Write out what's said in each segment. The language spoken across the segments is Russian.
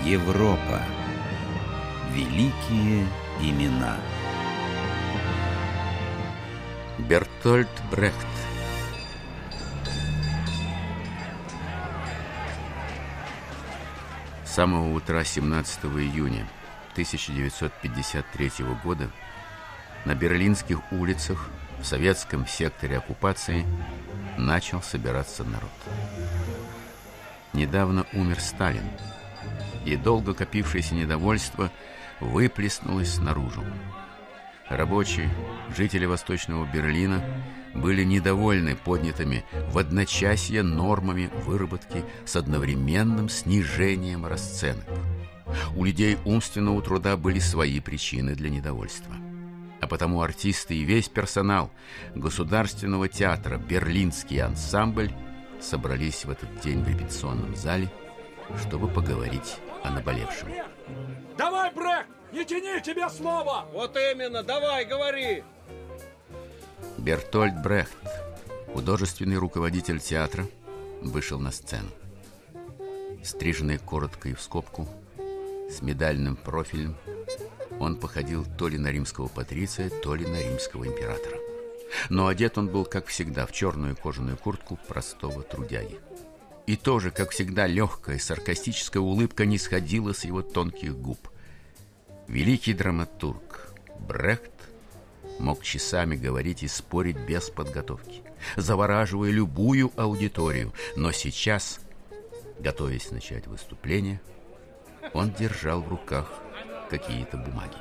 Европа. Великие имена. Бертольд Брехт. С самого утра 17 июня 1953 года на берлинских улицах в советском секторе оккупации начал собираться народ. Недавно умер Сталин, и долго копившееся недовольство выплеснулось наружу. Рабочие, жители Восточного Берлина были недовольны поднятыми в одночасье нормами выработки с одновременным снижением расценок. У людей умственного труда были свои причины для недовольства. А потому артисты и весь персонал Государственного театра «Берлинский ансамбль» собрались в этот день в репетиционном зале, чтобы поговорить о наболевшем. Давай, Брехт, не тяни тебе слово! Вот именно, давай, говори! Бертольд Брехт, художественный руководитель театра, вышел на сцену. Стриженный коротко и в скобку, с медальным профилем, он походил то ли на римского патриция, то ли на римского императора. Но одет он был, как всегда, в черную кожаную куртку простого трудяги. И тоже, как всегда, легкая саркастическая улыбка не сходила с его тонких губ. Великий драматург Брехт мог часами говорить и спорить без подготовки, завораживая любую аудиторию. Но сейчас, готовясь начать выступление, он держал в руках какие-то бумаги.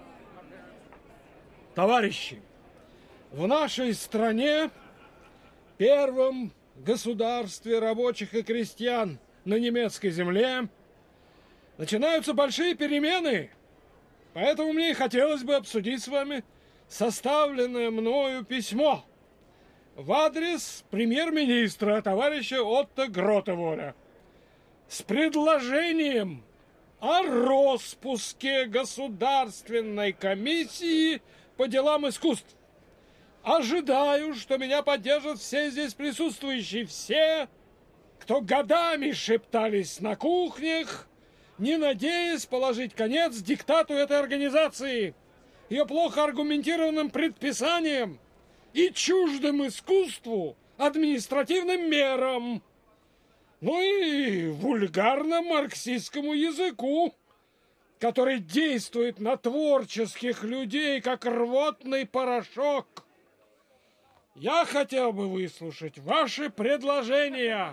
Товарищи, в нашей стране, первом государстве рабочих и крестьян на немецкой земле, начинаются большие перемены. Поэтому мне и хотелось бы обсудить с вами составленное мною письмо в адрес премьер-министра товарища Отто Гротеволя с предложением о роспуске Государственной комиссии по делам искусств. Ожидаю, что меня поддержат все здесь присутствующие, все, кто годами шептались на кухнях, не надеясь положить конец диктату этой организации, ее плохо аргументированным предписаниям и чуждым искусству административным мерам, ну и вульгарно марксистскому языку, который действует на творческих людей, как рвотный порошок. Я хотел бы выслушать ваши предложения.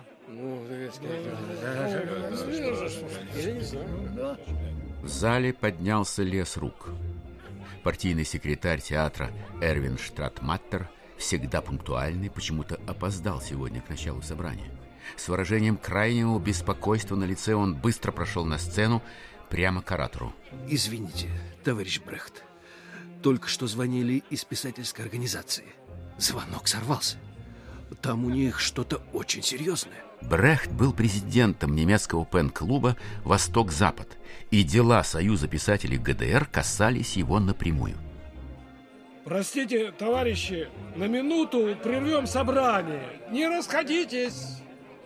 В зале поднялся лес рук. Партийный секретарь театра Эрвин Штратматтер, всегда пунктуальный, почему-то опоздал сегодня к началу собрания. С выражением крайнего беспокойства на лице он быстро прошел на сцену прямо к оратору. Извините, товарищ Брехт, только что звонили из писательской организации. Звонок сорвался. Там у них что-то очень серьезное. Брехт был президентом немецкого пен-клуба «Восток-Запад», и дела Союза писателей ГДР касались его напрямую. Простите, товарищи, на минуту прервем собрание. Не расходитесь.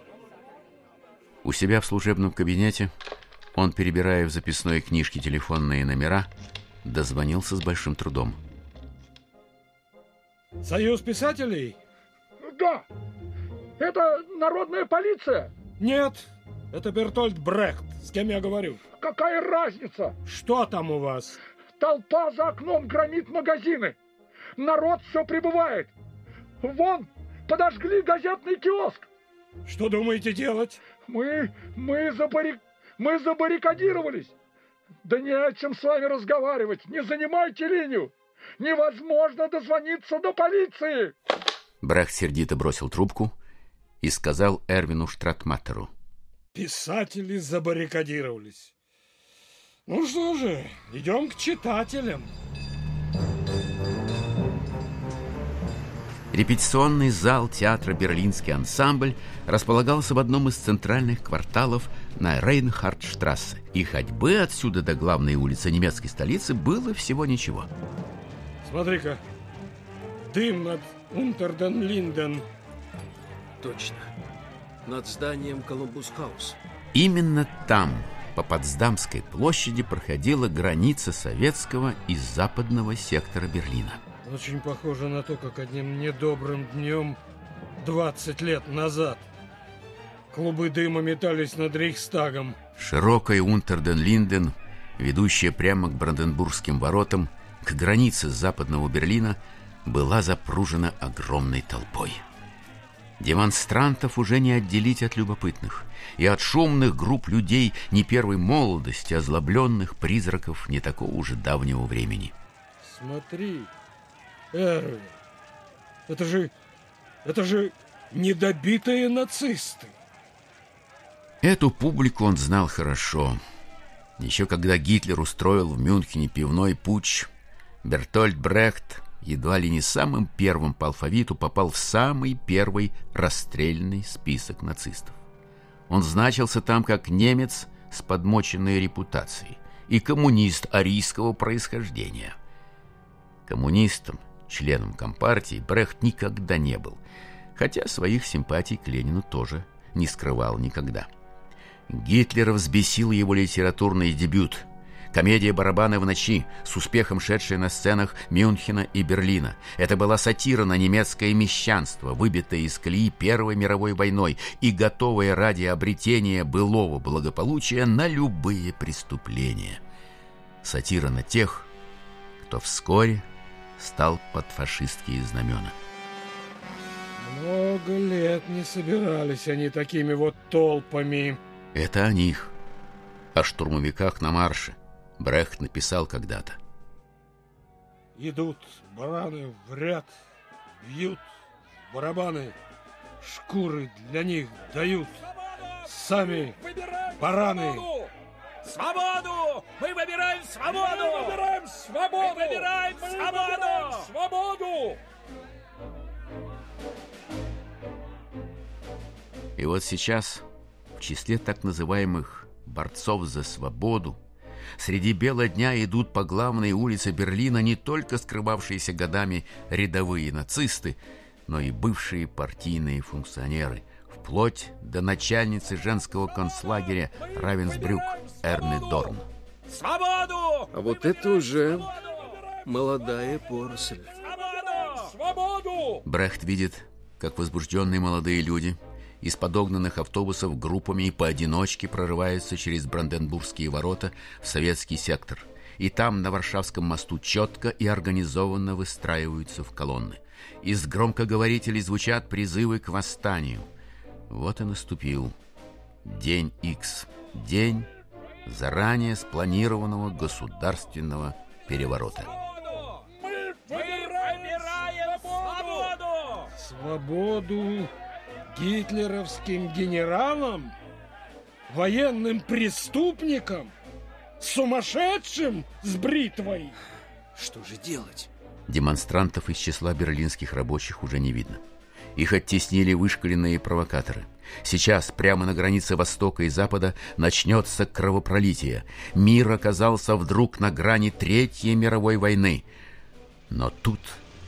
У себя в служебном кабинете он, перебирая в записной книжке телефонные номера, дозвонился с большим трудом. Союз писателей? Да. Это народная полиция? Нет, это Бертольд Брехт, с кем я говорю. Какая разница? Что там у вас? Толпа за окном громит магазины. Народ все прибывает. Вон, подожгли газетный киоск. Что думаете делать? Мы забаррикадировались. Да не о чем с вами разговаривать. Не занимайте линию. Невозможно дозвониться до полиции. Брехт сердито бросил трубку и сказал Эрвину Штратматтеру: писатели забаррикадировались. Ну что же, идем к читателям. Репетиционный зал театра «Берлинский ансамбль» располагался в одном из центральных кварталов на Рейнхардштрассе, и ходьбы отсюда до главной улицы немецкой столицы было всего ничего. Смотри-ка, дым над Унтерден-Линден. Точно. Над зданием Колумбус-хаус. Именно там, по Потсдамской площади проходила граница советского и западного сектора Берлина. Очень похоже на то, как одним недобрым днем 20 лет назад клубы дыма метались над Рейхстагом. Широкая Унтерден-Линден, ведущая прямо к Бранденбургским воротам, к границе западного Берлина, была запружена огромной толпой. Демонстрантов уже не отделить от любопытных и от шумных групп людей не первой молодости, озлобленных призраков не такого уже давнего времени. Смотри, Эрвин, это же недобитые нацисты. Эту публику он знал хорошо. Еще когда Гитлер устроил в Мюнхене пивной путч, Бертольд Брехт едва ли не самым первым по алфавиту попал в самый первый расстрельный список нацистов. Он значился там как немец с подмоченной репутацией и коммунист арийского происхождения. Коммунистом, членом Компартии, Брехт никогда не был, хотя своих симпатий к Ленину тоже не скрывал никогда. Гитлера взбесил его литературный дебют — комедия «Барабаны в ночи», с успехом шедшая на сценах Мюнхена и Берлина. Это была сатира на немецкое мещанство, выбитое из колеи Первой мировой войной и готовое ради обретения былого благополучия на любые преступления. Сатира на тех, кто вскоре стал под фашистские знамена. Много лет не собирались они такими вот толпами. Это о них, о штурмовиках на марше, Брехт написал когда-то. Идут бараны в ряд, бьют барабаны, шкуры для них дают. Сами бараны. Свободу! Мы выбираем свободу! Мы выбираем свободу! Мы выбираем свободу! Свободу! И вот сейчас в числе так называемых борцов за свободу среди бела дня идут по главной улице Берлина не только скрывавшиеся годами рядовые нацисты, но и бывшие партийные функционеры, вплоть до начальницы женского концлагеря Равенсбрюк Эрны Дорн. Свободу! А вот это уже молодая поросль. Свободу! Брехт видит, как возбужденные молодые люди из подогнанных автобусов группами и поодиночке прорываются через Бранденбургские ворота в советский сектор. И там, на Варшавском мосту, четко и организованно выстраиваются в колонны. Из громкоговорителей звучат призывы к восстанию. Вот и наступил день Х, день заранее спланированного государственного переворота. Мы Выбираем свободу! Свободу гитлеровским генералам, военным преступникам, сумасшедшим с бритвой. Что же делать? Демонстрантов из числа берлинских рабочих уже не видно. Их оттеснили вышкаленные провокаторы. Сейчас, прямо на границе Востока и Запада, начнется кровопролитие. Мир оказался вдруг на грани Третьей мировой войны. Но тут...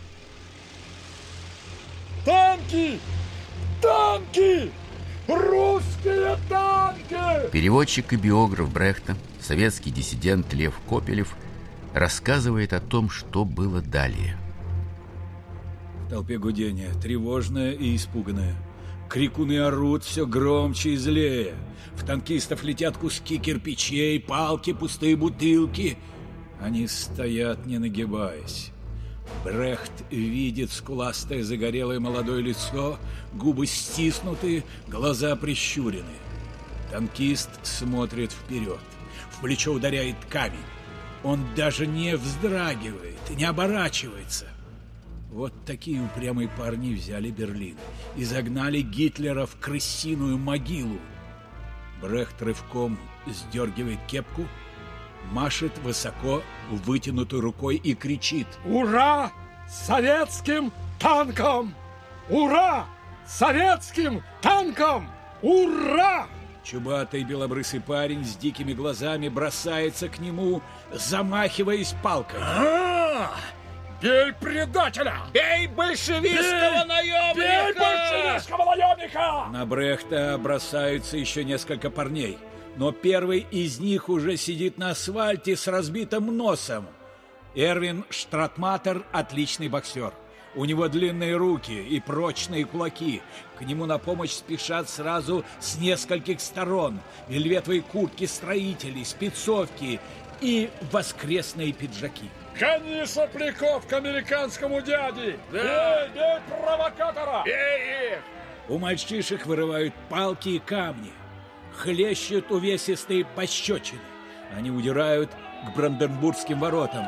Танки! Танки! Русские танки! Переводчик и биограф Брехта, советский диссидент Лев Копелев, рассказывает о том, что было далее. В толпе гудение, тревожное и испуганное. Крикуны орут все громче и злее. В танкистов летят куски кирпичей, палки, пустые бутылки. Они стоят, не нагибаясь. Брехт видит скуластое загорелое молодое лицо, губы стиснуты, глаза прищурены. Танкист смотрит вперед. В плечо ударяет камень. Он даже не вздрагивает, не оборачивается. Вот такие упрямые парни взяли Берлин и загнали Гитлера в крысиную могилу. Брехт рывком сдергивает кепку, машет высоко вытянутой рукой и кричит: Ура советским танкам! Ура советским танкам! Ура! Чубатый белобрысый парень с дикими глазами бросается к нему, замахиваясь палкой. Бей предателя! Бей большевистского наемника! Бей большевистского наемника! На Брехта бросаются еще несколько парней, но первый из них уже сидит на асфальте с разбитым носом. Эрвин Штратматтер – отличный боксер. У него длинные руки и прочные кулаки. К нему на помощь спешат сразу с нескольких сторон. Вельветовые куртки строителей, спецовки и воскресные пиджаки. Гони сопляков к американскому дяде! Да. Бей провокатора! Бей их! У мальчишек вырывают палки и камни. Хлещут увесистые пощечины. Они удирают к Бранденбургским воротам.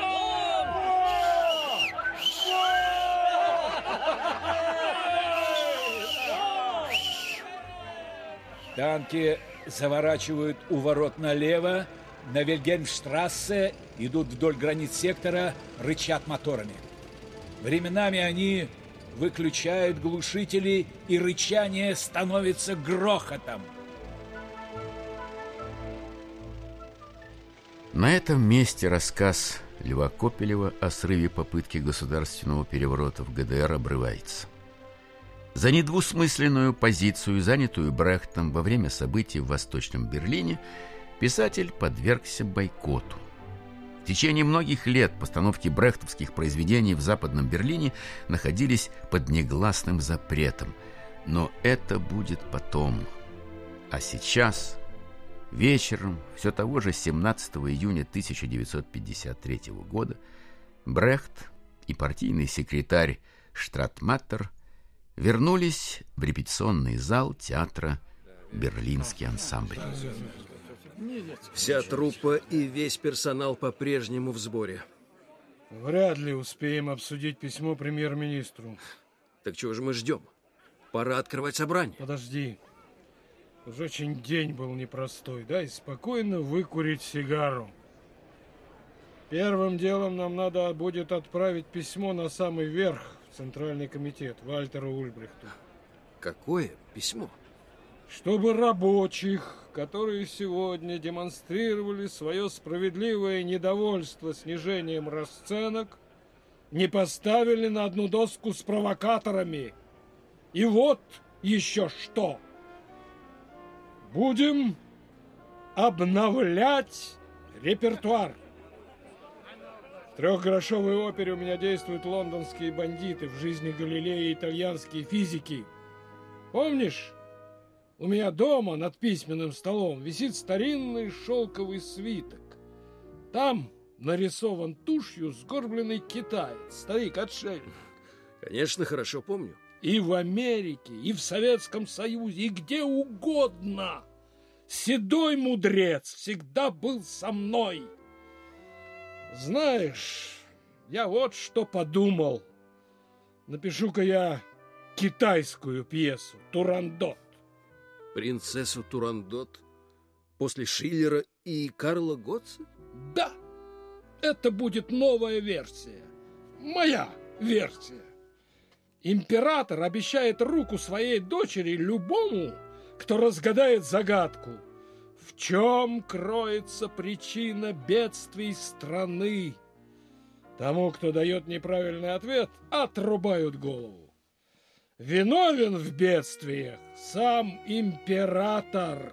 Танки заворачивают у ворот налево, на Вильгельмштрассе, идут вдоль границ сектора, рычат моторами. Временами они выключают глушители, и рычание становится грохотом. На этом месте рассказ Льва Копелева о срыве попытки государственного переворота в ГДР обрывается. За недвусмысленную позицию, занятую Брехтом во время событий в Восточном Берлине, писатель подвергся бойкоту. В течение многих лет постановки брехтовских произведений в Западном Берлине находились под негласным запретом. Но это будет потом. А сейчас, вечером, все того же 17 июня 1953 года, Брехт и партийный секретарь Штратматтер вернулись в репетиционный зал театра «Берлинский ансамбль». Вся труппа и весь персонал по-прежнему в сборе. Вряд ли успеем обсудить письмо премьер-министру. Так чего же мы ждем? Пора открывать собрание. Подожди. Уж очень день был непростой. Дай спокойно выкурить сигару. Первым делом нам надо будет отправить письмо на самый верх, в Центральный комитет, Вальтеру Ульбрихту. Какое письмо? Чтобы рабочих, которые сегодня демонстрировали свое справедливое недовольство снижением расценок, не поставили на одну доску с провокаторами. И вот еще что. Будем обновлять репертуар. В трехгрошовой опере у меня действуют лондонские бандиты, в жизни Галилея итальянские физики. Помнишь? У меня дома над письменным столом висит старинный шелковый свиток. Там нарисован тушью сгорбленный китаец, старик-отшельник. Конечно, хорошо помню. И в Америке, и в Советском Союзе, и где угодно. Седой мудрец всегда был со мной. Знаешь, я вот что подумал. Напишу-ка я китайскую пьесу «Турандот». Принцессу Турандот? После Шиллера и Карла Готца? Да, это будет новая версия. Моя версия. Император обещает руку своей дочери любому, кто разгадает загадку. В чем кроется причина бедствий страны? Тому, кто дает неправильный ответ, отрубают голову. Виновен в бедствиях сам император.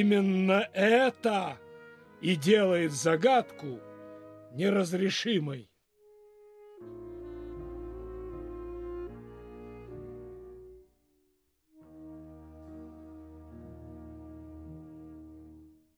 Именно это и делает загадку неразрешимой.